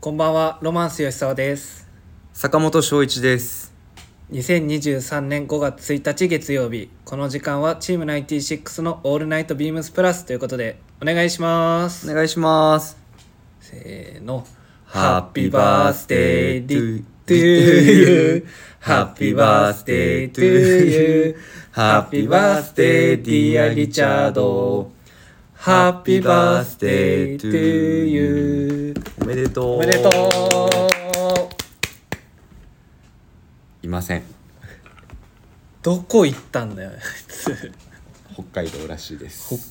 こんばんは、ロマンス吉沢です。 坂本翔一です。 2023年5月1日月曜日、この時間はチーム96のオールナイトビームスプラスということでお願いします。 お願いします。 せーの。 Happy birthday to you Happy birthday to you Happy birthday dear Richard Happy birthday to you おめでとう。 おめでとう。 いません。 どこ行ったんだよあいつ。 北海道らしいです。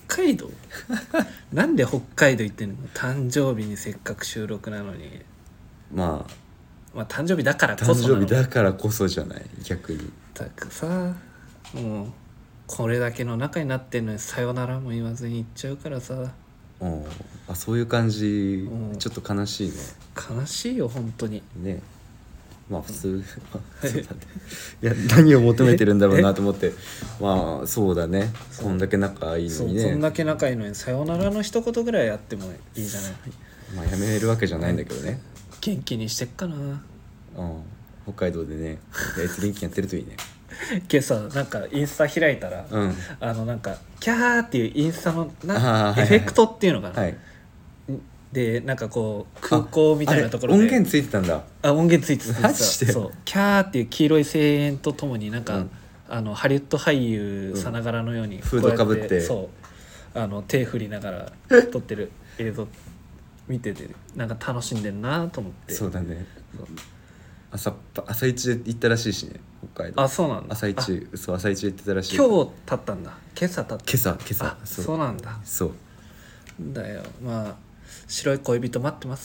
北海道なんで北海道行ってんの。誕生日にせっかく収録なのに。 まあ誕生日だからこ誕そなの。 生日だからこそじゃない。逆にだからさ、もうこれだけの仲になってんのにさよならも言わずに行っちゃうからさ。 そういう感じうんちょっと悲しいね。 悲しいよ本当にね。まあ普通そうだね。いや何を求めてるんだろうなと思ってまあそうだね。そんだけ仲いいのにね。 そんだけ仲いいのにさよならの一言ぐらいやってもいいじゃない。 まあやめるわけじゃないんだけどね。 元気にしてっかな。 北海道でねあいつ元気やってるといいね。 今朝なんかインスタ開いたら、なんかキャーっていうインスタのエフェクトっていうのかな、 はいでなんかこう空港みたいなところで音源ついてたんだ。 音源ついてた。 マジでそうキャーっていう黄色い声援とともになんか、ハリウッド俳優さながらのようにフードかぶってそう手振りながら撮ってる映像見ててなんか楽しんでんなと思って。 そうだね。 そう朝一で行ったらしいしね北海道。 そうなんだ。 朝一で行ってたらしい。 今日経ったんだ。今朝経った。 今朝そうなんだ。 そうだよ。まあ白い恋人待ってます。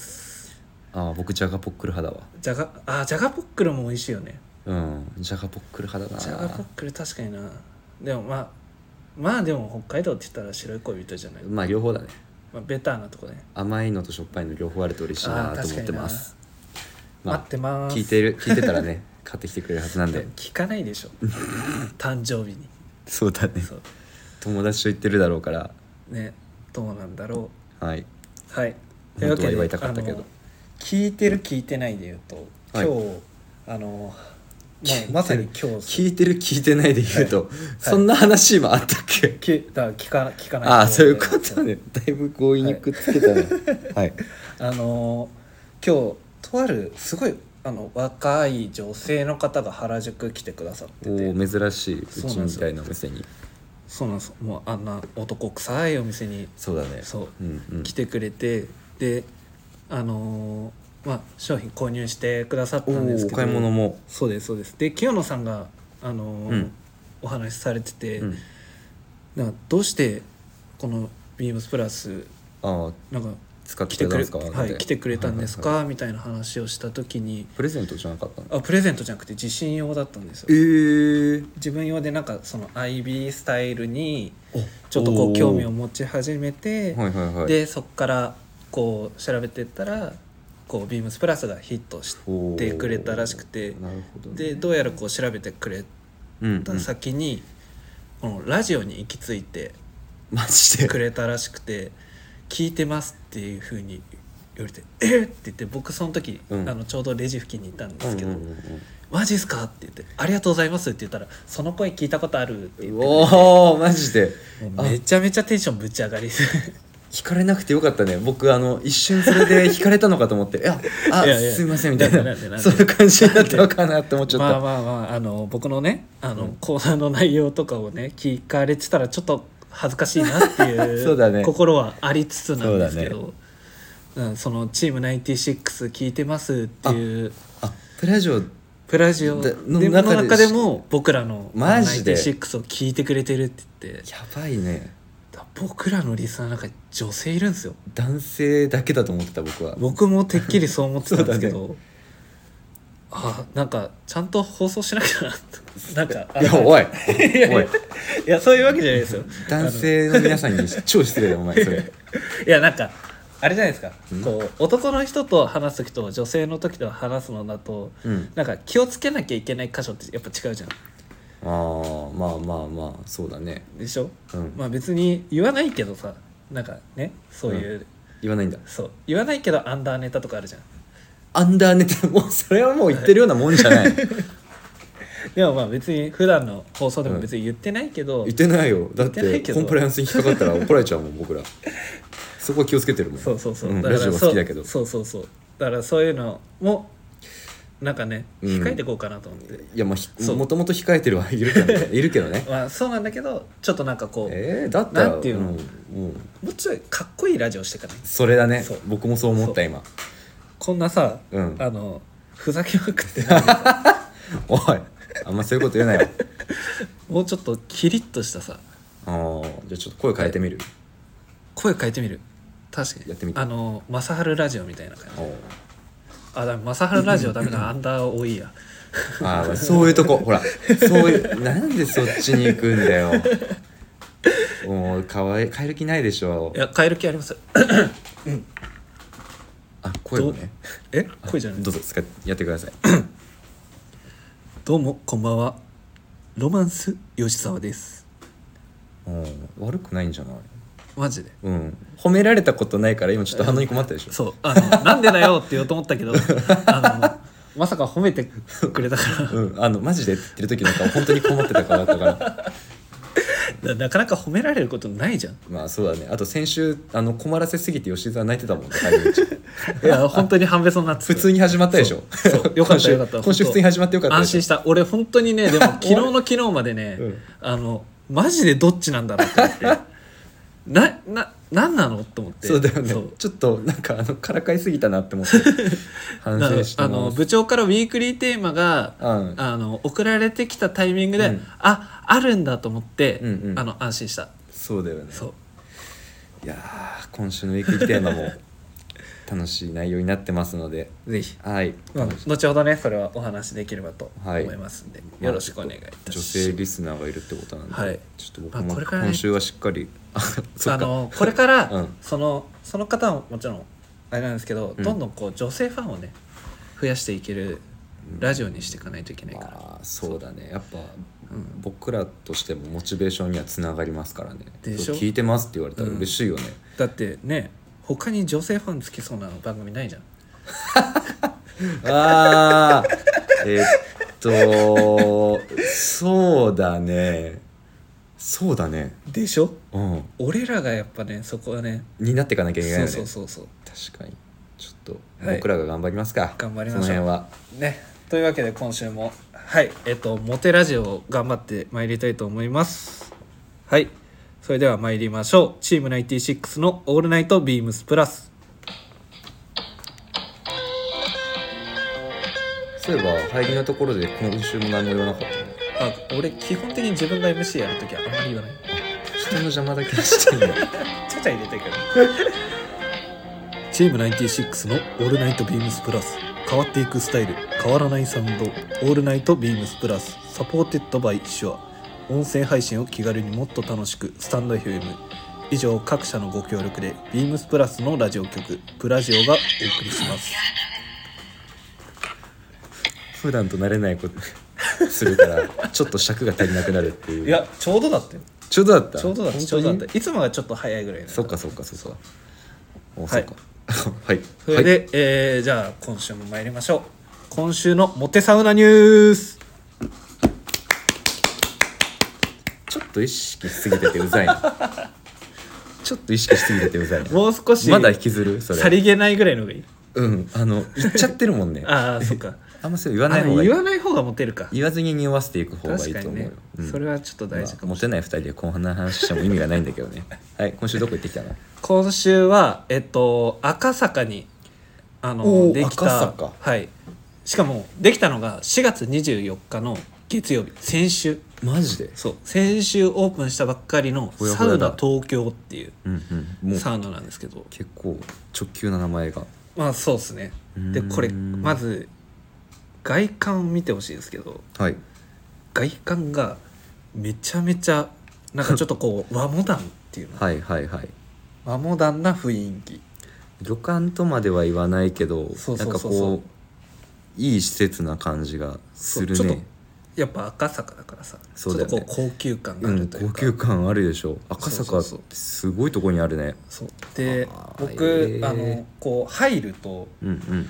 僕ジャガポックル派だわ。 ジャガポックルも美味しいよね。 ジャガポックル派だな。 ジャガポックル確かにな。でもまあでも北海道って言ったら白い恋人じゃない。 まあ両方だね。 ベターなとこね。 甘いのとしょっぱいの両方あると嬉しいなと思ってます。 待ってます。 聞いてたらね買ってきてくれるはずなんで。 聞かないでしょ誕生日に。 そうだね。友達と言ってるだろうからね。どうなんだろう。はいというわけで言いたかったけど聞いてる聞いてないで言うと今日まさに今日聞いてる聞いてないで言うと、そんな話今あったっけ。 聞かない。 そういうことね。だいぶ強引にくっつけたね。はい今日とあるすごい若い女性の方が原宿来てくださってて。 珍しいうちみたいなお店に。 そうなんです。もうあんな男臭いお店にそうだね。 来てくれて、で商品購入してくださったんですけど、 お買い物も。 そうですで清野さんがお話しされてて、なんかどうしてこのビームスプラスなんか来てくれたんですかみたいな話をした時に、 プレゼントじゃなかったの？ プレゼントじゃなくて自信用だったんですよ。自分用でなんかその IB スタイルにちょっとこう興味を持ち始めて、でそこからこう調べていったらこうビームスプラスがヒットしてくれたらしくて、でどうやらこう調べてくれた先にこのラジオに行き着いてくれたらしくて、聞いてますっていう風に言われてって言って、僕その時、ちょうどレジ付近にいたんですけど、マジっすかって言って、ありがとうございますって言ったら、その声聞いたことあるって言って、 マジでめちゃめちゃテンションぶち上がり惹かれなくてよかったね。僕一瞬それで惹かれたのかと思ってすいませんみたいなそういう感じになったのかなって思っちゃった。 まあ僕のねコーナーの内容とかをね聞かれてたらちょっと恥ずかしいなっていうそうだね、 心はありつつなんですけど、そのチーム96聞いてますっていうプラジオの中でも僕らのマジで 96を聞いてくれてるって言って、 やばいね。 僕らのリスナーの中に女性いるんですよ。 男性だけだと思ってた僕は。 僕もてっきりそう思ってたんですけどなんかちゃんと放送しなきゃななんかいやおいいやそういうわけじゃないですよ。 男性の皆さんに超失礼だお前それいやなんかあれじゃないですか、こう男の人と話す時と女性の時と話すのだと、なんか気をつけなきゃいけない箇所ってやっぱ違うじゃん。 まあそうだね。 でしょ、まあ別に言わないけどさ、なんかねそういう、 言わないんだ。 そう言わないけどアンダーネタとかあるじゃん。 アンダーネタもうそれはもう言ってるようなもんじゃないでもまあ別に普段の放送でも別に言ってないけど、 言ってないよ。だっ言ってないけどてコンプライアンスに引っかかったら怒られちゃうもん僕らそこは気をつけてるもん。 そうそうそう、 ん、 だからラジオ好きだけど。 そうそうそう、だからそういうのもなんかねうん控えていこうかなと思って、 いやまあそうもともと控えてるはいるけどねいるけどねまあそうなんだけどちょっとなんかこう、 だったらなんていうの、 ももうちょいかっこいいラジオしていかないそれだね。 そう僕もそう思った今。 こんなさ、 うんふざけまくってないおいあんまそういうこと言うなよもうちょっとキリッとしたさじゃあちょっと声変えてみる、 声変えてみる。確かにやってみて。 正治ラジオみたいな感じ。 おうあ、だめ正治ラジオダメだアンダー多いや。 そういうとこほらそういうなんでそっちに行くんだよもう変える気ないでしょ。 いや変える気あります声をね。 声じゃない。 どうぞやってくださいどうもこんばんは、ロマンス吉沢です。 悪くないんじゃない。 マジで褒められたことないから今ちょっと反応に困ったでしょ。 そうなんでだよって言おうと思ったけどまさか褒めてくれたからマジでって言ってる時なんか本当に困ってたからだったからなかなか褒められることないじゃん。 まあそうだね。あと先週困らせすぎて吉沢泣いてたもんねいや本当に半べそになって普通に始まったでしょ。 そうよかったよかった今週普通に始まってよかった。 安心した。俺本当にねでも昨日の昨日までね、マジでどっちなんだろうと思ってなんなのと思って。 そうだよね。ちょっとなんかからかいすぎたなって思って反省してます。 部長からウィークリーテーマが、送られてきたタイミングで、あるんだと思って、安心した。 そうだよね。 そういや今週のウィークリーテーマも楽しい内容になってますのでぜひ、 はい後ほどねそれはお話できればと思いますんで、よろしくお願いいたします。 女性リスナーがいるってことなんで、ちょっと僕も今週はしっかりこれから、その方はもちろんあれなんですけど、どんどんこう女性ファンをね増やしていけるラジオにしていかないといけないから、 そうだね。やっぱ、僕らとしてもモチベーションにはつながりますからね。 でしょ。 聞いてますって言われたら嬉しいよね、 だってね他に女性ファンつきそうな番組ないじゃんそうだねでしょ、俺らがやっぱねそこはねになっていかなきゃいけないよね。 そう確かにちょっと僕らが頑張りますか。 頑張りましょう。 その辺はね。というわけで今週もモテラジオを頑張ってまいりたいと思います。はい、それでは参りましょう。チーム96のオールナイトビームスプラス。 そういえば入りのところで今週も何も言わなかったね。 俺基本的に自分が MC やるときはあんまり言わない。 人の邪魔だけしてんのちゃちゃ入れてるけどチーム96のオールナイトビームスプラス。変わっていくスタイル、変わらないサウンド、オールナイトビームスプラス。サポーテッドバイシュア。音声配信を気軽にもっと楽しく、スタンド FM。以上各社のご協力でビームスプラスのラジオ局プラジオがお送りします。 普段と慣れないことするからちょっと尺が足りなくなるっていう。 いやちょうどだったよ。 ちょうどだった。 いつもがちょっと早いぐらいだ。 そっかそうかはいはいそれで、じゃあ今週も参りましょう。今週のモテサウナニュース。 ちょっと意識しすぎててうざいなちょっと意識しすぎててうざいな。 もう少しまだ引きずるそれ。 さりげないぐらいのがいい。 言っちゃってるもんねそっかあんまそう言わない方がいい。 言わない方がモテるか。 言わずに匂わせていく方がいいと思うよ。 それはちょっと大事かもしれない。 モテない2人でこんな話しても意味がないんだけどねはい、今週どこ行ってきたの？ 今週は赤坂にできた。 赤坂。 はい。しかもできたのが4月24日の月曜日。先週。 マジで？ そう。先週オープンしたばっかりのサウナ東京っていうサウナなんですけど、 結構直球な名前が。 まあそうですね。でこれまず外観を見てほしいですけど、外観がめちゃめちゃなんかちょっとこう和モダンっていうの和モダンな雰囲気。 旅館とまでは言わないけど、なんかこういい施設な感じがするね。 やっぱ赤坂だからさ、ちょっとこう高級感があるというか、 高級感あるでしょ。赤坂ってすごいとこにあるね。 そうで僕こう入ると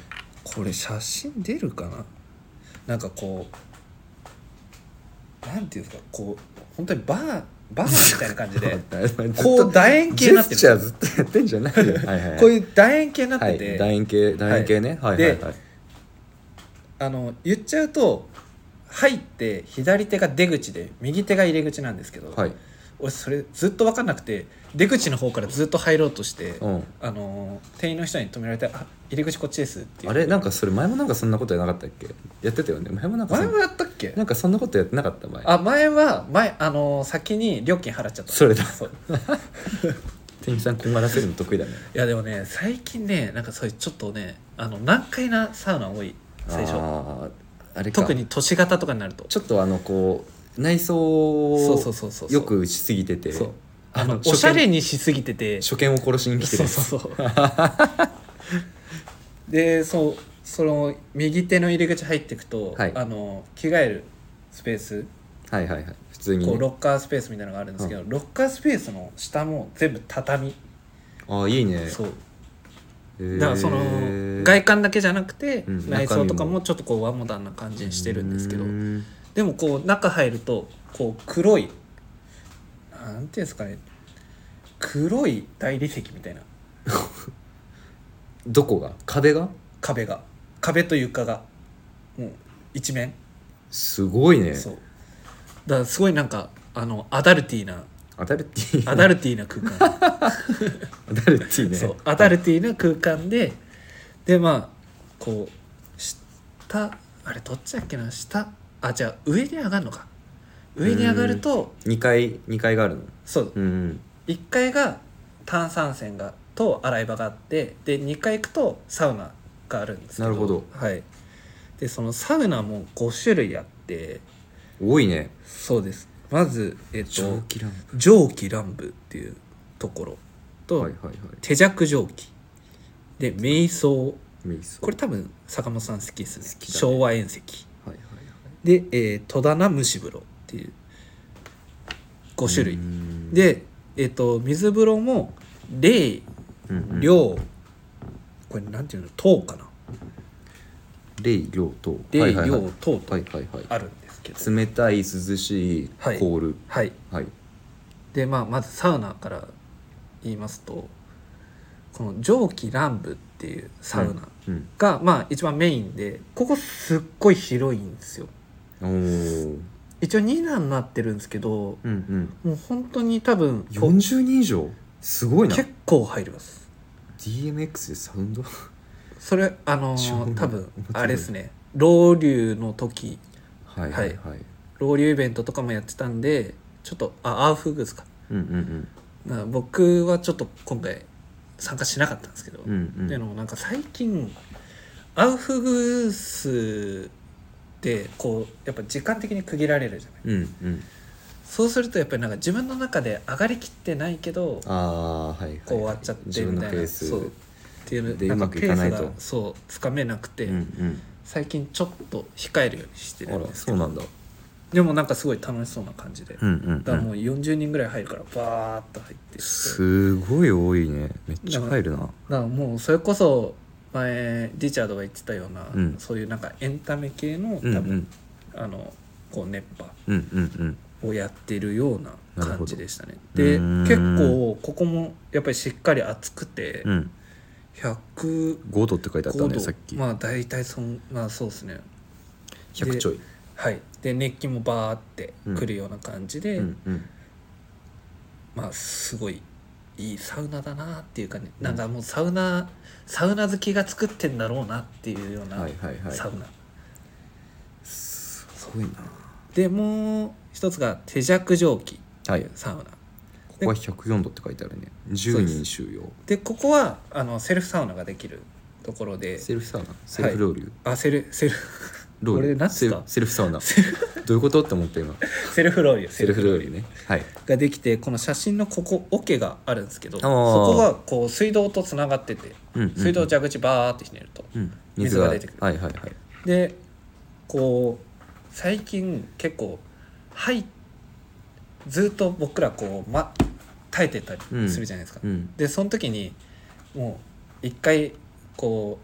これ写真出るかな。なんかこうなんていうんですか、こう本当にバーみたいな感じでこう楕円形になってる。 ジェスチャーずっとやってんじゃないよはい、はい、 こういう楕円形になってて、 はい、楕円形ね、はい、はいはいはい。 言っちゃうと入って左手が出口で右手が入り口なんですけど、 はい、 俺それずっと分かんなくて、出口の方からずっと入ろうとして、 うん、 店員の人に止められて「あ、入り口こっちです」っていう。 あれなんかそれ前もなんかそんなことやなかったっけ。やってたよね前も。なんか前もやったっけ。 なんかそんなことやってなかった前。 前は先に料金払っちゃった。 それだ。 そう店員さん困らせるの得意だね。 いやでもね最近ねなんかそういうちょっとね難解なサウナ多い最初。あれか、特に都市型とかになるとちょっとこう内装をそうよくしすぎてて、 そうおしゃれにしすぎてて初見を殺しに来てる。 そうでその右手の入り口入っていくと、 はい、 着替えるスペース、 はいはいはい、普通に、ね、 こうロッカースペースみたいなのがあるんですけど、ロッカースペースの下も全部畳。 あ、いいね。 そうだからその外観だけじゃなくて、内装とかもちょっとこう和モダンな感じにしてるんですけど、でもこう中入るとこう黒いなんていうんですかね、黒い大理石みたいなどこが壁と床がもう一面すごいね。 そうだからすごいなんかアダルティーな空間アダルティーね。 そうアダルティーな空間でまあこう下あれどっちだっけな、下じゃあ上に上がるのか。上に上がると 2階があるの。 そう、1階が炭酸泉と洗い場があって、で2階行くとサウナがあるんですけど。 なるほど。 はい。でそのサウナも5種類あって。 多いね。 そうです。まず、 蒸気乱舞っていうところと、 はいはいはい、 手弱蒸気で瞑想。これ多分坂本さん好きですね。好きだね。昭和遠石、はいはいはい、で、戸棚蒸し風呂っていう5種類で、水風呂も冷、涼、これなんていうの、糖かな、 冷涼糖とあるんですけど、 冷たい涼しい凍る。 はいはい、でまずサウナから言いますと、この蒸気乱舞っていうサウナが、一番メインで、ここすっごい広いんですよ。一応2段になってるんですけど、もう本当に多分 40人以上、すごいな。 結構入ります。 DMX でサウンドそれ多分あれですね、ロウリュの時、 はいはいはい、 ロウリュイベントとかもやってたんで、ちょっとアウフグースか、僕はちょっと今回参加しなかったんですけど、っていうのもなんか最近アウフグースってこうやっぱ時間的に区切られるじゃない、そうするとやっぱりなんか自分の中で上がりきってないけど、こう終わっちゃってみたいな、そうっていうでうまくいかないとそうつかめなくて、最近ちょっと控えるようにしてるんですけど。 そうなんだ。 でもなんかすごい楽しそうな感じで、だからもう40人ぐらい入るからバーッと入ってすごい多いね。めっちゃ入るな。 だからもうそれこそ前リチャードが言ってたような、そういうなんかエンタメ系の多分、こう熱波をやってるような感じでしたね。で結構ここもやっぱりしっかり暑くて、105 度って書いてあったねさっき。 大体そうですね、 100ちょい。 はい、で熱気もバーってくるような感じで、すごいいいサウナだなっていうかね、なんかもうサウナ好きが作ってんだろうなっていうようなサウナ、 すごいな。 でもう一つが手弱蒸気っていうサウナ、ここは104度って書いてあるね。10人収容で、ここはセルフサウナができるところで。 セルフサウナ、セルフロウリュ、 セルロウリュ、セルフサウナどういうことって思った今。 セルフロウリュね、はい、 ができて、この写真のここ桶があるんですけど、そこがこう水道とつながってて、水道蛇口バーってひねると水が出てくる。でこう最近結構ずっと僕らこう耐えてたりするじゃないですか、でその時にもう一回こう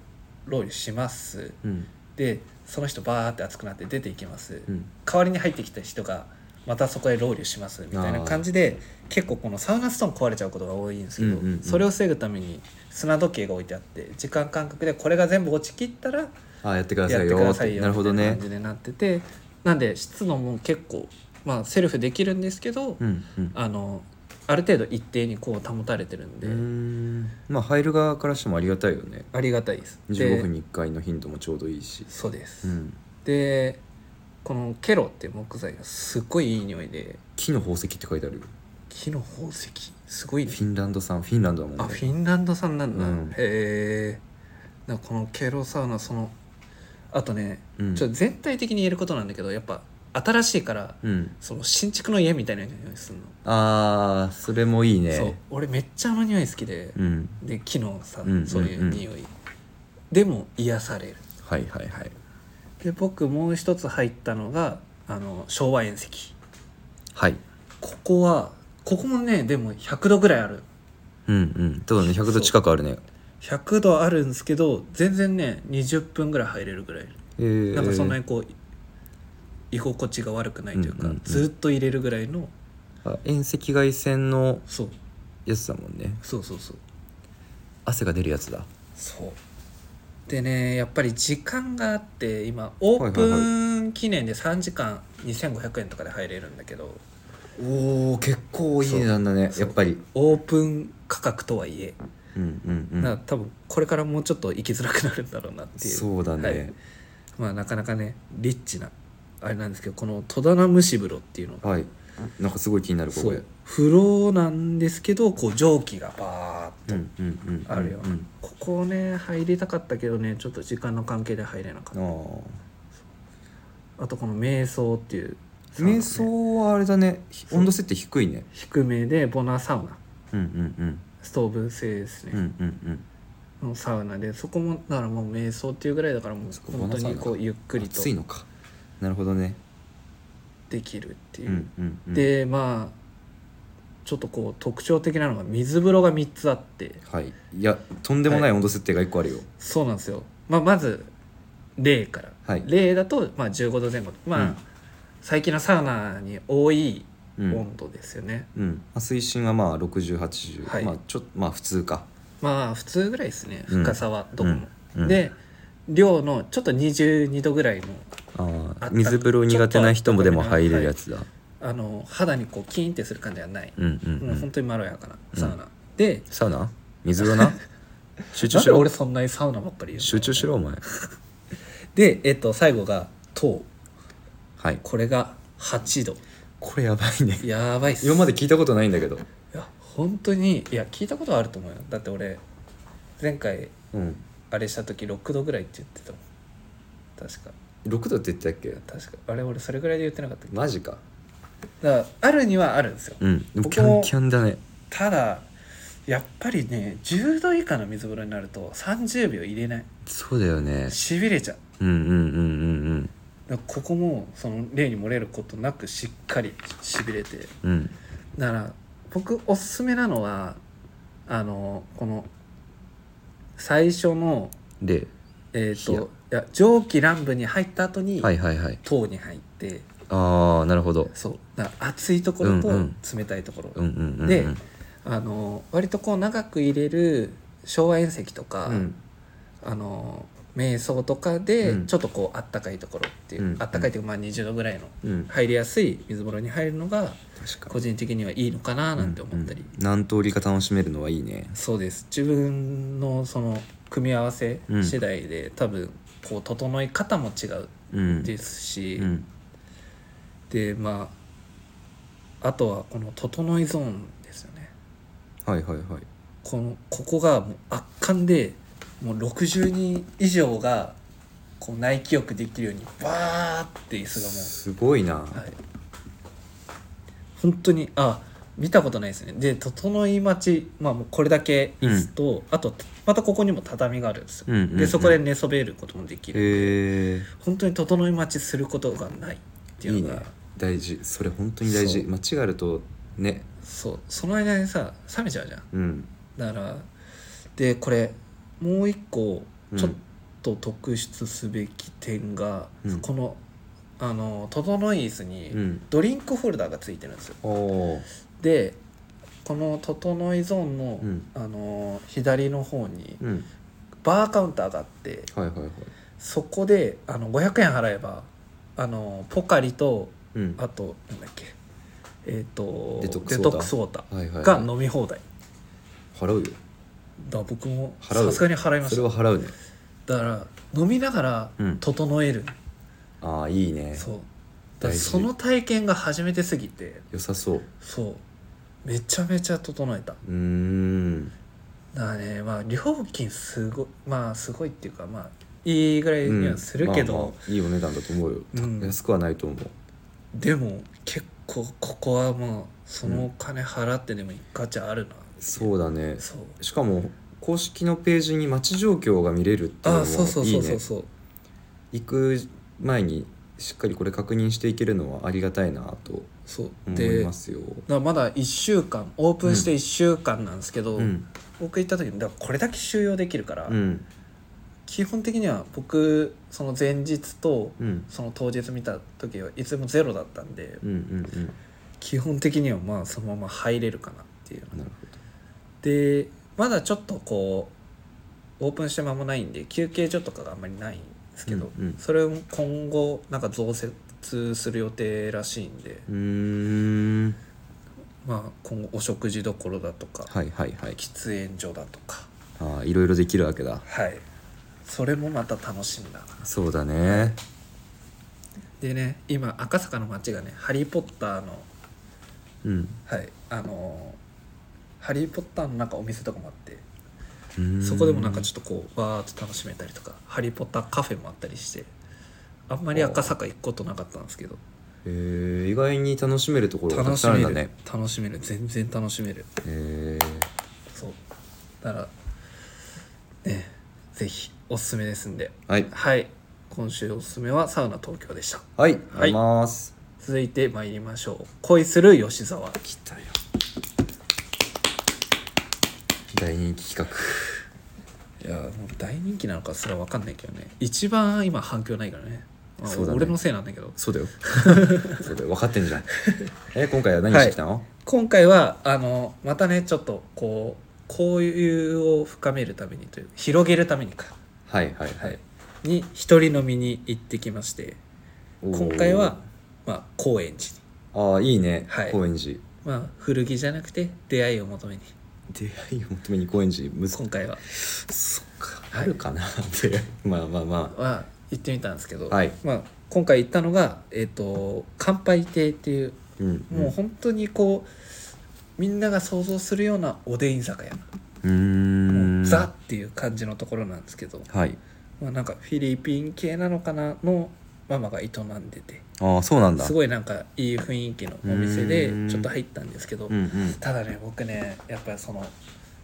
ロウリュします、でその人バーって熱くなって出ていきます、 うん代わりに入ってきた人がまたそこへロウリュしますみたいな感じで結構このサウナストーン壊れちゃうことが多いんですけど、それを防ぐために砂時計が置いてあって時間感覚でこれが全部落ちきったらやってくださいよなるほどねみたいな感じでなってて、なんで湿度も結構まあセルフできるんですけど、ある程度一定にこう保たれてるんで、 まあ入る側からしてもありがたいよね。 ありがたいです。 15分に1回の頻度もちょうどいいし。 そうです、でこのケロっていう木材がすっごいいい匂いで、 木の宝石って書いてあるよ。 木の宝石すごいね。 フィンランド産、フィンランドだもんね。 フィンランド産なんだ、へえ。このケロサウナあとね、ちょっと全体的に言えることなんだけどやっぱ新しいから、その新築の家みたいな匂いするの。それもいいね。 そう俺めっちゃ匂い好きで、で木のさ、そういう匂いでも癒される。 はいはいはい。 で僕もう一つ入ったのが昭和遠石。 はい。 ここもねでも100度ぐらいある。 そうだね、100度近くあるね。 100度あるんですけど全然ね20分ぐらい入れるぐらい、なんかそんなにこう居心地が悪くないというか、ずっと入れるぐらいの遠赤外線のやつだもんね。 そう汗が出るやつだ。 そうでねやっぱり時間があって今オープン記念で3時間2500円とかで入れるんだけど、 結構いい値段だね。やっぱりオープン価格とはいえ、多分これからもうちょっと行きづらくなるんだろうなっていう。 そうだね、 まあなかなかねリッチなあれなんですけど、この戸棚蒸し風呂っていうのが、 なんかすごい気になる。ここ風呂なんですけどこう蒸気がバーッとあるよ。ここね入りたかったけどねちょっと時間の関係で入れなかった。あとこの瞑想っていう、 瞑想はあれだね、温度設定低いね。 低めでボナサウナ、ストーブ製ですね、のサウナで、そこもだからもう瞑想っていうぐらいだからもう本当にこうゆっくりと暑いのか。なるほどね。 できるっていう、でまあちょっとこう特徴的なのが水風呂が3つあって、 いやとんでもない温度設定が1個あるよ。 そうなんですよ。まず0から、0だとまあ15度前後、最近のサウナに多い温度ですよね。 水深はまあ60、80、まあ普通か。 まあ普通ぐらいですね、深さはどこも。で量のちょっと22度ぐらいの水風呂苦手な人もでも入れるやつだ。 肌にこうキーンってする感じはない、もう本当にまろやかなサウナ、でサウナ水風呂な集中しろ。 俺そんなにサウナばっかり言うの。 集中しろお前。 で最後が糖、これが8度。 これやばいね。 やばいっす。 今まで聞いたことないんだけど。 いや本当に聞いたことはあると思うよ。だって俺前回、あれした時6度ぐらいって言ってたもん確か。 6度って言ってたっけ。 確かあれ俺それぐらいで言ってなかったっけ。 マジか。 だからあるにはあるんですよ。 でもキャンキャンだね。 ただやっぱりね10度以下の水風呂になると30秒入れない。 そうだよね。 しびれちゃう。だからここもその例に漏れることなくしっかりしびれて、だから僕おすすめなのはこの最初ので蒸気乱舞に入った後に糖に入って、 なるほど。 そうだから熱いところと冷たいところで割とこう長く入れる昭和遠石とか、瞑想とかでちょっとこうあったかいところっていう、あったかいというかまあ20度ぐらいの入りやすい水風呂に入るのが個人的にはいいのかななんて思ったり、 何通りか楽しめるのはいいね。 そうです。自分のその組み合わせ次第で、多分こう整い方も違うですし、でまああとはこの整いゾーンですよね。ここがもう圧巻で、もう60人以上がこう内気浴できるようにバーって椅子がもうすごいな、 本当に見たことないですね。で整い待ち、もうこれだけ椅子と、あとまたここにも畳があるんですよ、でそこで寝そべることもできる、本当に整い待ちすることがないっていうのがいいね。大事。それ本当に大事。間違えるとね、 その間にさ冷めちゃうじゃん、だからでこれもう一個ちょっと特筆すべき点が、 うんこのトトノイズにドリンクホルダーがついてるんですよ、でこのトトノイゾーンの、左の方にバーカウンターがあって、そこで500円払えばポカリと、あとなんだっけデトックスウォーターが飲み放題、 払うよ。 僕もさすがに払いました。 それは払うね。 だから飲みながら整える、 ああいいね。 そうだからその体験が初めてすぎて良さそう。 そうめちゃめちゃ整えた。だからね料金すごいっていうかいいぐらいにはするけど、 いいお値段だと思うよ、安くはないと思う。 でも結構ここはそのお金払ってでも行く価値あるな、 そうだね。しかも公式のページに待ち状況が見れるっていうのもいいね。行く前にしっかりこれ確認していけるのはありがたいなと思いますよ。 だまだ1週間オープンして1週間なんですけど、僕行った時にだからこれだけ収容できるから、基本的には僕その前日とその当日見た時はいつもゼロだったんで、基本的にはそのまま入れるかなっていう。なるほど。でまだちょっとこうオープンして間もないんで休憩所とかがあんまりないんですけど、それを今後なんか増設する予定らしいんで、今後お食事どころだとか、喫煙所だとかいろいろできるわけだ。 それもまた楽しみだな。 そうだね。 でね今赤坂の街がねハリー・ポッターのハリー・ポッターのなんかお店とかもあって、そこでもなんかちょっとこうバーッと楽しめたりとか、ハリー・ポッターカフェもあったりして、あんまり赤坂行くことなかったんですけど、 意外に楽しめるところがたくさんあるんだね。 楽しめる全然楽しめる。そうだからねぜひおすすめですんで、今週おすすめはサウナ東京でした。 あります。 続いて参りましょう。恋する吉沢。 来たよ。大人気企画。いやもう大人気なのかすら分かんないけどね、一番今反響ないからね。 そうだね、 俺のせいなんだけど。 そうだよそうだよ、分かってんじゃん今回は何してきたの？ 今回はまたねちょっとこう交流を深めるためにという広げるためにかに一人飲みに行ってきまして、今回は高円寺に。いいね、高円寺。 古着じゃなくて出会いを求めに高円寺今回はそっか、あるかな出会い行ってみたんですけど、今回行ったのが乾杯亭っていう、もう本当にこうみんなが想像するようなおでん居酒屋、もうザっていう感じのところなんですけど、なんかフィリピン系なのかなのママが営んでて、 そうなんだ。 すごいなんかいい雰囲気のお店でちょっと入ったんですけど、ただね僕ねやっぱりその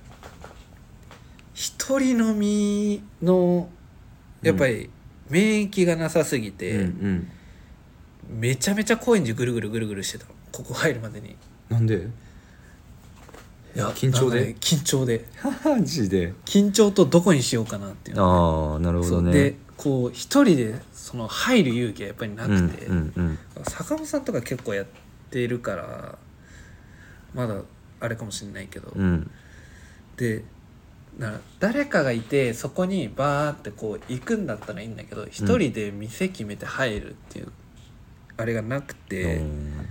一人飲みのやっぱり免疫がなさすぎて、めちゃめちゃ高円寺ぐるぐるしてたの、ここ入るまでに。 なんで？いや緊張でマジで緊張とどこにしようかなっていうの、 なるほどね。 でこう一人でその入る勇気がやっぱりなくて、坂本さんとか結構やってるからまだあれかもしれないけど、で誰かがいてそこにバーってこう行くんだったらいいんだけど、一人で店決めて入るっていうあれがなくて、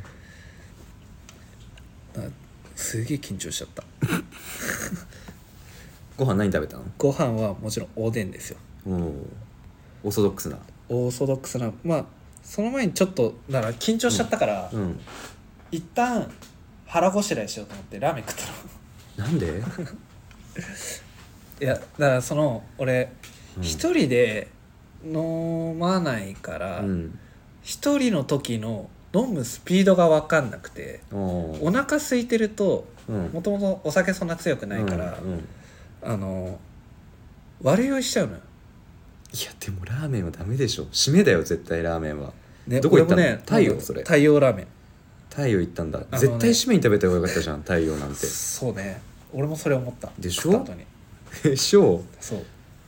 すげえ緊張しちゃったご飯何食べたの？ ご飯はもちろんおでんですよ。 オーソドックスな。 その前にちょっとだから緊張しちゃったから、一旦腹ごしらえしようと思ってラーメン食ったの。なんで？ いやだからその俺一人で飲まないから、一人の時の飲むスピードが分かんなくて、お腹空いてるともともとお酒そんな強くないから、悪酔いしちゃうのよ。 いやでもラーメンはダメでしょ、締めだよ絶対ラーメンは、 どこ行ったの？ 太陽。それ太陽ラーメン。 太陽行ったんだ。絶対締めに食べた方がよかったじゃん太陽なんて。 そうね、俺もそれ思った。 でしょ？でしょ？ そう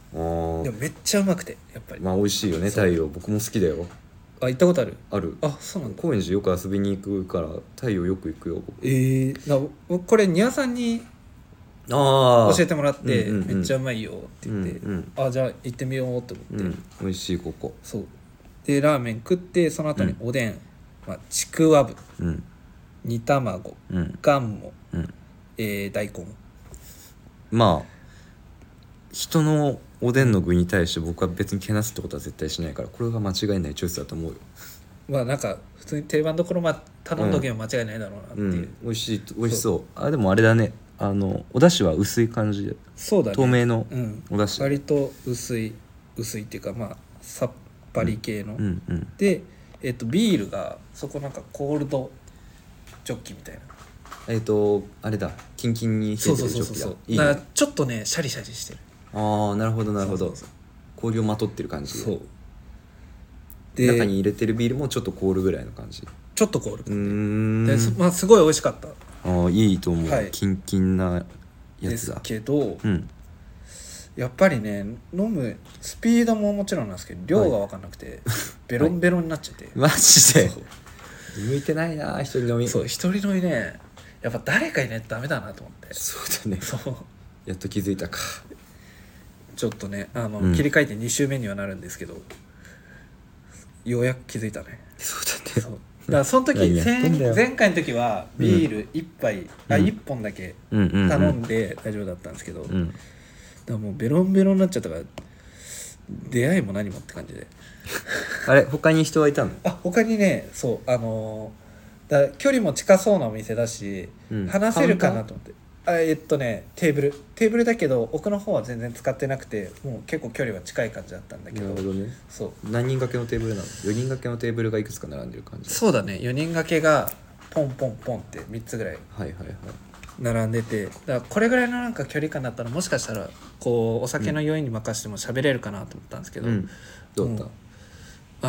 でもめっちゃうまくてやっぱりまあ美味しいよね太陽。僕も好きだよ。 あ行ったことある？ ある。 あそうなんだ。 高円寺よく遊びに行くから太陽よく行くよ僕。 これ庭さんに教えてもらって、めっちゃうまいよって言って、あじゃあ行ってみようって思って、 美味しいここ。 そうでラーメン食ってその後におでん、まあ、ちくわぶ、煮卵、がんも、大根。 まあ人のおでんの具に対して僕は別にけなすってことは絶対しないから、これが間違いないチョイスだと思うよ。 まあなんか普通に定番どころ頼んどけば間違いないだろうなっていう、 美味しそう。あでもあれだね、お出汁は薄い感じで。 そうだね、 透明のお出汁、 割と薄いっていうかまあさっぱり系の、でビールがそこなんかコールドジョッキみたいな、 あれだ、キンキンに冷えてるジョッキだ。いいね。 だからちょっとねシャリシャリしてる。 ああなるほどなるほど。氷をまとってる感じ。 そうで中に入れてるビールもちょっと凍るぐらいの感じ。 ちょっと凍る感じで、まあ、すごい美味しかった。 ああいいと思う、キンキンなやつだ。 ですけど、やっぱりね飲むスピードももちろんなんですけど量が分かんなくて、ベロンベロンになっちゃって、 マジで向いてないな一人飲み。 そう一人飲みねやっぱ誰かいないとダメだなと思って。 そうだね。 そうやっと気づいたか。 ちょっとね切り替えて2週目にはなるんですけど、ようやく気づいたね。 そうだね。 そうだからその時前回の時はビール1杯、1本だけ頼んで大丈夫だったんですけど、だからもうベロンベロンになっちゃったから出会いも何もって感じであれ他に人はいたの？ 他にねそうだ距離も近そうなお店だし、話せるかなと思って。テーブルだけど奥の方は全然使ってなくてもう結構距離は近い感じだったんだけど。 なるほどね。 そう何人掛けのテーブルなの？4人掛けのテーブルがいくつか並んでる感じ？ そうだね、4人掛けがポンポンポンって3つぐらい並んでて、だからこれぐらいのなんか距離感だったらもしかしたらこうお酒の酔いに任せても喋れるかなと思ったんですけど、 どうだった？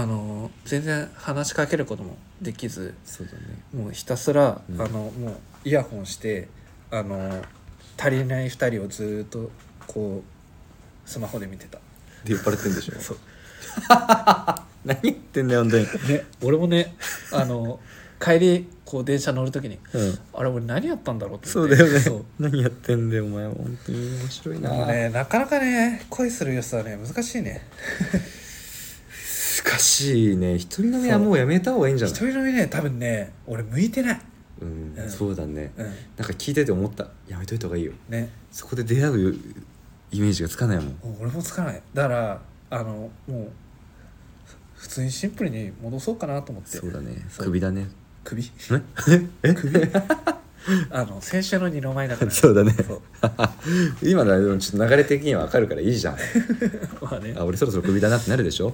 全然話しかけることもできず、 そうだね、 もうひたすら、もうイヤホンして足りない2人をずっとこうスマホで見てた。 で酔っ払ってんでしょそう何言ってんだよ本当にね。俺もね帰りこう電車乗るときに、あれ俺何やったんだろうって思って。そうだよね。何やってんだよお前本当に面白いな。 もうねなかなかね恋する良さはね難しいね難しいね。一人飲みはもうやめた方がいいんじゃない？ 一人飲みね多分ね俺向いてない。 そうだね、なんか聞いてて思った。やめといた方がいいよね。 そこで出会うイメージがつかないもん。 俺もつかない。だからもう普通にシンプルに戻そうかなと思って。 そうだね。首だね。 首え首先週の二の舞だから、 そうだね。今のはちょっと流れ的には分かるからいいじゃんまあね、 俺そろそろ首だなってなるでしょ。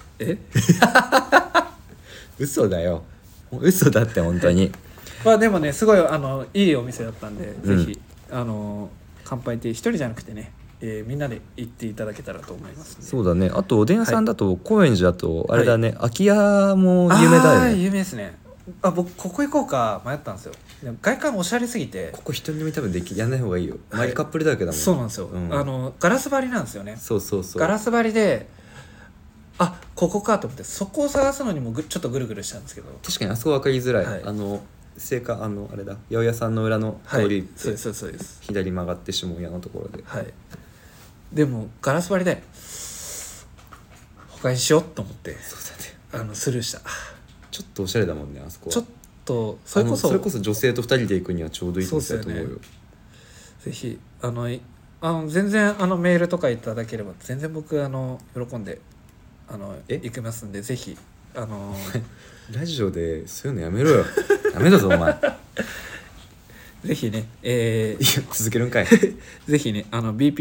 嘘だよ。嘘だって本当にまあでもねすごいいいお店だったんで、ぜひ乾杯って一人じゃなくてね、みんなで行っていただけたらと思います、ね、 そうだね。あとおでん屋さんだと、高円寺だとあれだね、空き家も有名だよね。 有名ですね。僕ここ行こうか迷ったんですよ。でも外観おしゃれすぎてここ一人飲み多分やんない方がいいよ。周りカップルだらけだもん。 そうなんですよ、ガラス張りなんですよね。 そうガラス張りでここかと思ってそこを探すのにもちょっとぐるぐるしたんですけど、 確かにあそこ分かりづらい、青果あれだ八百屋さんの裏の通り、 そうです左曲がって下屋のところで、 でもガラス張りで他にしようと思って、 そうだね、 スルーした。 ちょっとおしゃれだもんねあそこは。 ちょっとそれこそ女性と2人で行くにはちょうどいいと思うよ。 ぜひ全然メールとかいただければ全然僕喜んで行きますんで、ぜひラジオでそういうのやめろよダメだぞお前ぜひね、 続けるんかいぜひね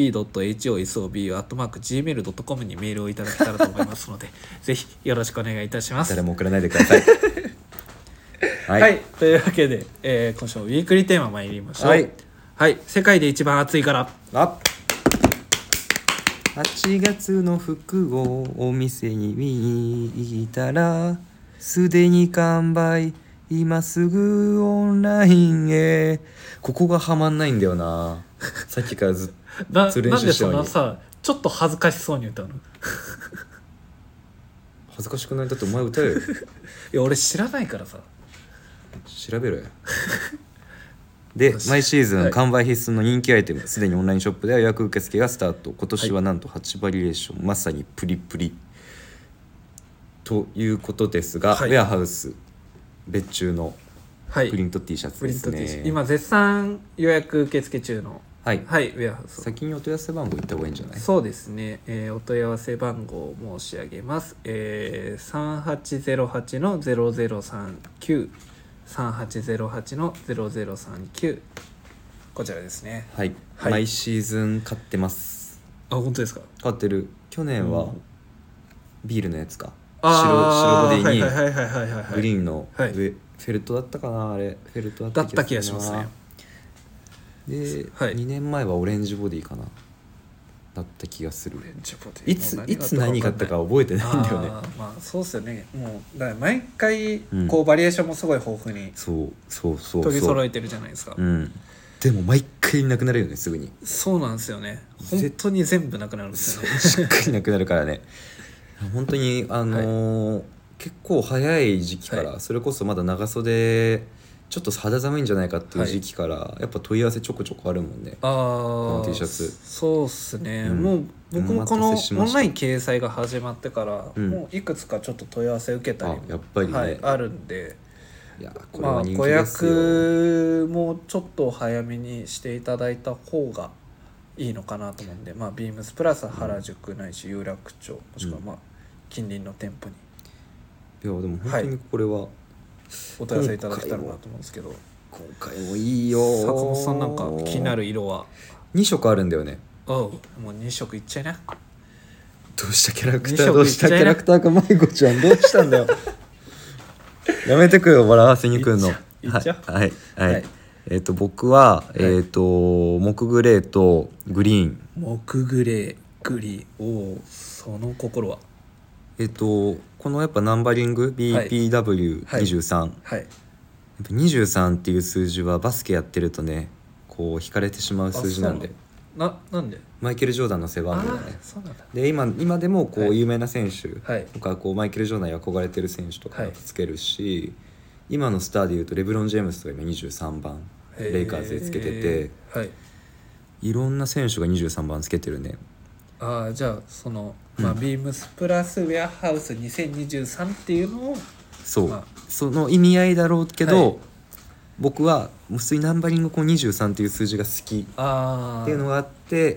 bp.hosobu@gmail.com にメールをいただけたらと思いますのでぜひよろしくお願いいたします。 誰も送らないでくださいはい、というわけで、今週もウィークリーテーマ参りましょう。はい、世界で一番暑いから 8月の服をお店に見に行ったらすでに完売、今すぐオンラインへ。ここがハマんないんだよなさっきからずっと練習してるのに。 なんでそんなさちょっと恥ずかしそうに歌うの。 恥ずかしくない？だってお前歌えよ。 いや俺知らないからさ。 調べろよ。で毎シーズン完売必須の人気アイテム、すでにオンラインショップでは予約受付がスタート。今年はなんと8バリエーション、まさにプリプリということですが、ウェアハウス別注のプリント T シャツですね。 今絶賛予約受付中のウェアハウス。 先にお問い合わせ番号言った方がいいんじゃない？ そうですね、お問い合わせ番号を申し上げます。3808の0039 3808の0039、こちらですね。 毎シーズン買ってます。 あ、本当ですか？ 買ってる。去年はビールのやつか、白ボディにグリーンのフェルトだったかな、あれフェルトだった気がしますね。 で、2年前はオレンジボディかなだった気がする。いつ何買ったか覚えてないんだよね。 まあそうっすよね。もうだから毎回こうバリエーションもすごい豊富に取り揃えてるじゃないですか。 でも毎回なくなるよね、すぐに。 そうなんですよね。本当に全部なくなるんですよね。 しっかりなくなるからね。本当に結構早い時期から、それこそまだ長袖ちょっと肌寒いんじゃないかっていう時期から、やっぱ問い合わせちょこちょこあるもんね。この T シャツ。 そうっすね、もう僕もこのオンライン掲載が始まってから、もういくつかちょっと問い合わせ受けたりもやっぱり、ね、 あるんで、 いやこれは人気ですよ。 ご予約もちょっと早めにしていただいた方がいいのかなと思うんで、ビームスプラス原宿ないし有楽町、もしくは近隣の店舗に、 いやでも本当にこれは、 お問い合わせいただけたらなと思うんですけど、 今回もいいよ。 坂本さんなんか気になる色は 2色あるんだよね。 もう2色いっちゃいな。 どうしたキャラクター、どうしたキャラクターか、迷子ちゃんどうしたんだよ。やめてくよ、笑わせにくんの。僕は木グレーとグリーン。 木グレーグリーン、その心はこのやっぱナンバリング BPW23、23っていう数字はバスケやってるとね、こう惹かれてしまう数字なんで。 なんで？ マイケル・ジョーダンの背番号だね。で今でもこう有名な選手とか、こうマイケル・ジョーダンに憧れてる選手とかがつけるし、今のスターでいうとレブロン・ジェームスとか今23番レイカーズでつけてて、いろんな選手が23番つけてるね。 じゃあその、ビームスプラスウェアハウス2023っていうのをその意味合いだろうけど、僕は普通にナンバリングこう23っていう数字が好きっていうのがあって、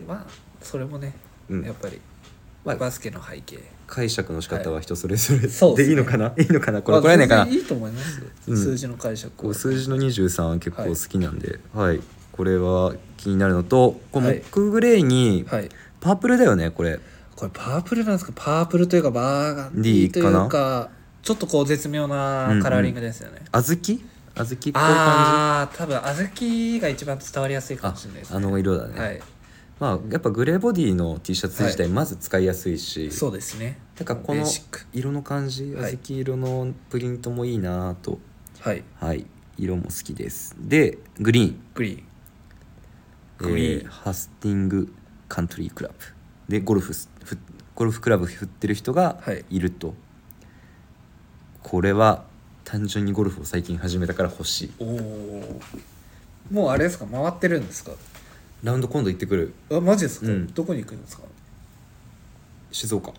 それもね、やっぱりバスケの背景、 解釈の仕方は人それぞれでいいのかな、いいのかな、これはねかな、 いいと思います。数字の解釈は数字の23は結構好きなんで、これは気になるのと、このモックグレーにパープルだよね、これパープルなんですか？パープルというかバーガンディというか、ちょっとこう絶妙なカラーリングですよね。 小豆っぽい感じ。多分小豆が一番伝わりやすいかもしれないですね。 あの色だね。やっぱグレーボディの T シャツ自体まず使いやすいし、 そうですね。 だからこの色の感じ、小豆色のプリントもいいなと。色も好きです。でグリーン、ハスティングカントリークラブでゴルフクラブ振ってる人がいると、これは単純にゴルフを最近始めたから欲しい。 もうあれですか、回ってるんですか？ ラウンド今度行ってくる。 マジですか？どこに行くんですか？ 静岡。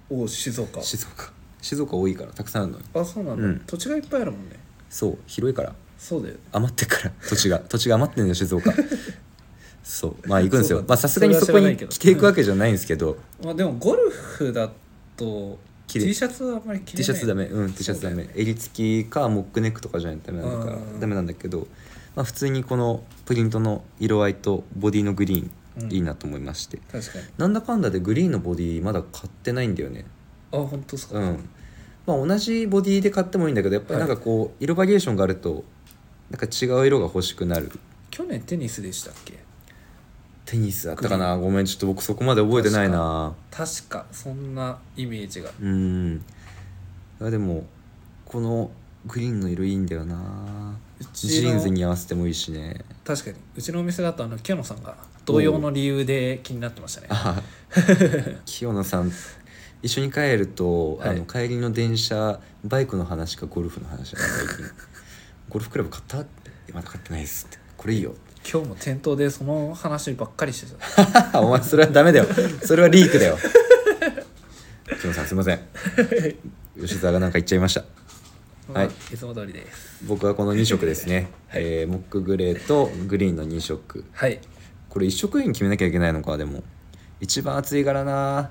静岡多いからたくさんあるのよ。 そうなんだ。土地がいっぱいあるもんね。 そう広いから。 そうだよ。 余ってから土地が余ってんのよ静岡。そう行くんですよ。さすがにそこに着ていくわけじゃないんですけど、 でもゴルフだとT シャツはあんまり着れない。 T シャツダメ。T シャツダメ。襟付きかモックネックとかじゃないとダメなんだけど、普通にこのプリントの色合いとボディのグリーンいいなと思いまして、 確かになんだかんだでグリーンのボディまだ買ってないんだよね。 本当ですか？ 同じボディで買ってもいいんだけど、やっぱりなんかこう色バリエーションがあるとなんか違う色が欲しくなる。 去年テニスでしたっけ？ テニスだったかな。ごめんちょっと僕そこまで覚えてないな。 確かそんなイメージが。 でもこのグリーンの色いいんだよな。ジーンズに合わせてもいいしね。 確かにうちのお店だと清野さんが同様の理由で気になってましたね。 清野さん一緒に帰ると、 はい帰りの電車バイクの話かゴルフの話だね最近ゴルフクラブ買ったってまだ買ってないですってこれいいよ今日も店頭でその話ばっかりしてたお前それはダメだよそれはリークだよ清野さんすいません吉沢がなんか言っちゃいましたた。 はい、 いつも通りです。 僕はこの2色ですね、 はいモックグレーとグリーンの2色はい。 これ1色に決めなきゃいけないのかでも一番暑いからな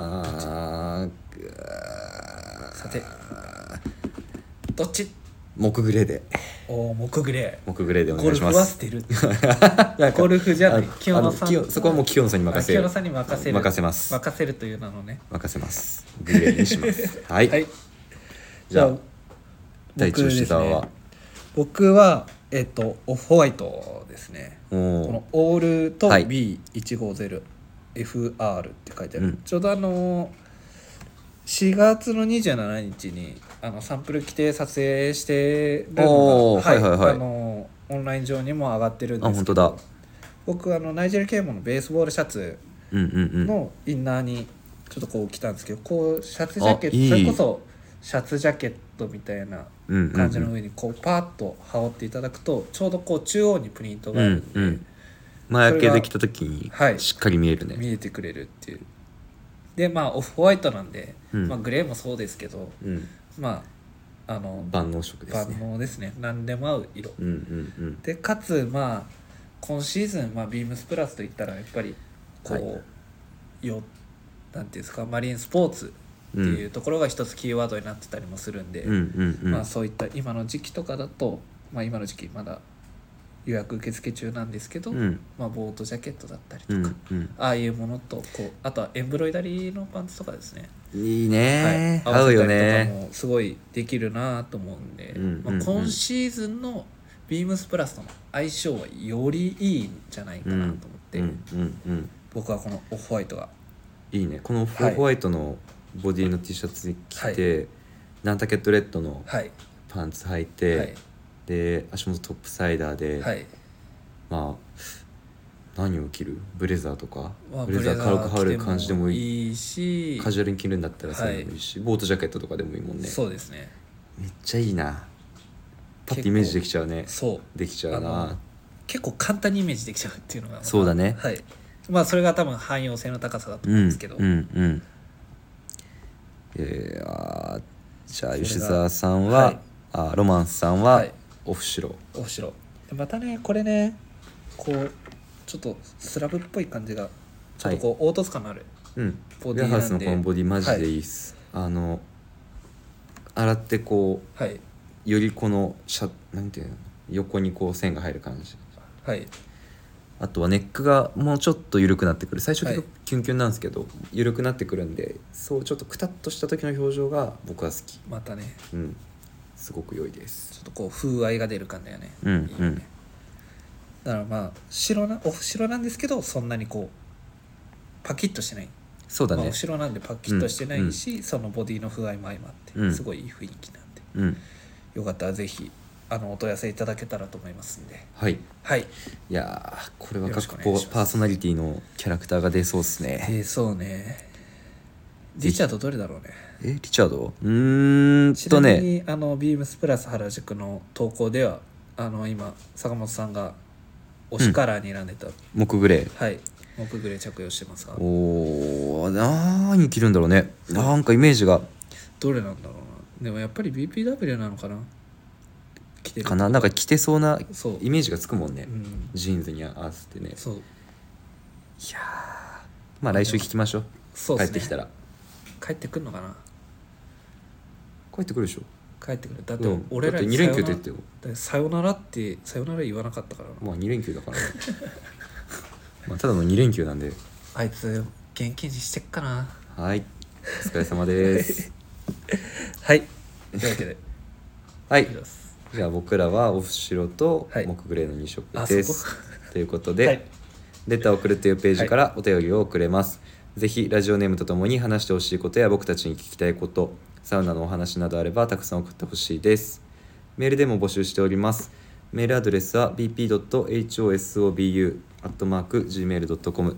さてどっち？ 木グレーで木グレ木グレーでおー。 願いします。 ゴルフは捨てる。ゴルフじゃない。清野さん。 そこはもう清野さんに任せる。 清野さんに任せる。 任せます。 任せるという名のね。 任せます。グレーにします。はい。 はい。 じゃあ第一吉沢は、 僕はオフホワイトですね。こおーのオールとはい B150FR って書いてある。 うんちょうど4月の27日にサンプル規定撮影してるのが、 はいはいはいオンライン上にも上がってるんですけあ本当だど、僕ナイジェル・ケイモのベースボールシャツうんうんうんのインナーにちょっとこう着たんですけど、こうシャツジャケットあいいそれこそシャツジャケットみたいなうんうんうん感じの上にこうパーッと羽織っていただくとちょうどこう中央にプリントがあるんで、 うんうん前開けできた時にはいしっかり見えるね、 見えてくれるっていう。でオフホワイトなんで、 うんグレーもそうですけど、 うん、万能色です万ね能ですね。何でも合う色、 うんうんうんでかつ今シーズン、ビームスプラスといったらやっぱりこう、 はいなんていうんですか、マリンスポーツっていうところが一つキーワードになってたりもするんで、 うんうんうんそういった今の時期とかだと、今の時期まだ予約受付中なんですけど、 うんボートジャケットだったりとか、 うんうんああいうものとあとはエンブロイダリーのパンツとかですね、 いいね、 合合うよわせたりとねかもすごいできるなと思うんで、 うんうんうん今シーズンのビームスプラスとの相性はよりいいんじゃないかなと思って、 うんうんうん僕はこのオフホワイトがいいねこのオフホワイトのボディの T シャツ着て、ナンタケットレッドのはいパンツ履いて、 はいで足元トップサイダーで、 はい、 何を着るブレザーとか、 まあブレザー軽く羽織る感じでもいいいいし、 カジュアルに着るんだったらそういうのもいいし、ボートジャケットとかでもいいもんね。 そうですね。 めっちゃいいな。パッとイメージできちゃうね。 そうできちゃうな。 結構簡単にイメージできちゃうっていうのがそうだね。 はい。それが多分汎用性の高さだとうん思うんですけど、 じゃあ吉沢さんは、ロマンスさんは、 はいオフ白。 オフ白。またねこれねこうちょっとスラブっぽい感じがちょっとこう、凹凸感のあるボディウェアハウスなんで、 のこのボディマジでいいっす。洗ってこう、 はいよりこのなんていうの横にこう線が入る感じ。 はいあとはネックがもうちょっと緩くなってくる。最初はい結構キュンキュンなんですけど、緩くなってくるんで、そうちょっとクタッとした時の表情が僕は好き。 またねすごく良いです。 ちょっとこう風合いが出る感じだよね。 うんいいよね。だからオフ白なんですけどそんなにこうパキッとしてない。 そうだね。 オフ白なんでパキッとしてないし、そのボディの風合いも相まって、すごいいい雰囲気なんで、よかったらぜひお問い合わせいただけたらと思いますんで。 はい。 はい。 いやーこれはよろしく各お願いしますパーソナリティのキャラクターが出そうっすね。 そうね。リチャードどれだろうね。 リチャードちなみにビームスプラス原宿の投稿では今坂本さんが推しカラーに選んでた、 木グレー。 はい木グレー着用してますが、 おー何着るんだろうね。なんかイメージがどれなんだろうな。でもやっぱり BPW なのかな。着てるかな。なんか着てそうなそうイメージがつくもんね、ジーンズに合わせてね。 そういやー来週聞きましょう。 そうっすね。 帰ってきたら。 帰ってくんのかな。 帰ってくるでしょ。 帰ってくる。だって俺らだって2連休って言ってよ。 さよならってさよなら言わなかったからな。 2連休だからただの2連休なんで。 あいつ現金にしてっかな。 はい、お疲れ様ですはいというわけではい、じゃあ僕らはオフ白とはい木グレーの2色です、 そということで、 はいレターを送るというページからお便りを送れます、ぜひラジオネームとともに話してほしいことや僕たちに聞きたいこと、サウナのお話などあればたくさん送ってほしいです。メールでも募集しております。メールアドレスは bp.hosobu bp.hosobu@gmail.com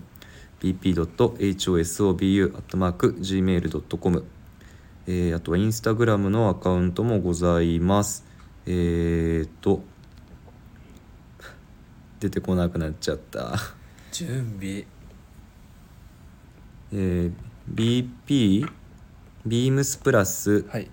bp.hosobu@gmail.com あとはインスタグラムのアカウントもございます。出てこなくなっちゃった準備。 BP ビームスプラス、 はい、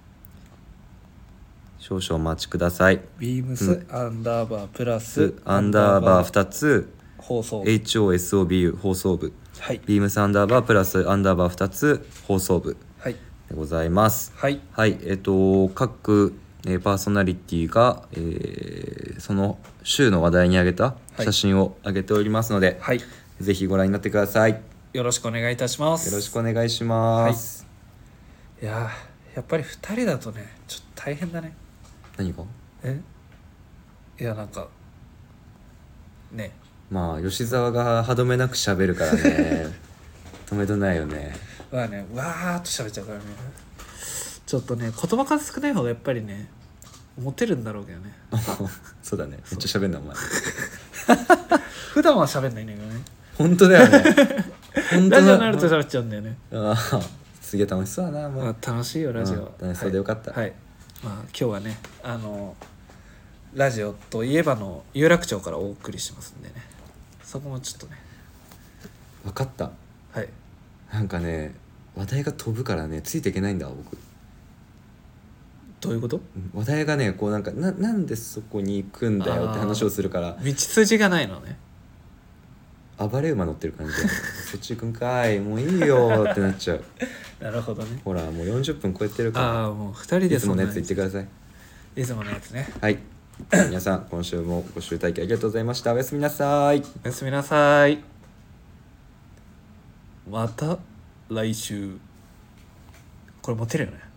少々お待ちください。 ビームスアンダーバープラスアンダーバー2つ放送 HOSOBU 放送部、 はい、 ビームスアンダーバープラスアンダーバー2つ放送部はいでございます。 はい、 はい、各、パーソナリティが、その週の話題に上げた写真を上げておりますので、 はい、 ぜひご覧になってください。 よろしくお願いいたします。 よろしくお願いします。 いややっぱり2人だとねちょっと大変だね。 何が？ いやなんかね、 まあ吉沢が歯止めなく喋るからね止めどないよね。 まあね、わーっと喋っちゃうからね、ちょっとね言葉数少ない方がやっぱりねモテるんだろうけどねそうだね、めっちゃ喋んなお前普段は喋んないんだけどね。 本当だよね本当だラジオになると喋っちゃうんだよね。 ああすげえ楽しそうだな。 まあ、楽しいよラジオは、 楽しそうでよかった。 はい、まあ今日はねラジオといえばの有楽町からお送りしますんでね、そこもちょっとね。 分かった。 はい、 なんかね話題が飛ぶからねついていけないんだ僕。 どういうこと？ 話題がねこうなんでそこに行くんだよって話をするから道筋がないのね。 暴れ馬乗ってる感じでそっち行くんかいもういいよってなっちゃうなるほどね。 ほらもう40分超えてるからああもう2人でいつものやつ言ってください。 いつものやつね。 はい皆さん今週もご視聴いただきありがとうございました。おやすみなさい。 おやすみなさい。また来週。これモテるよね。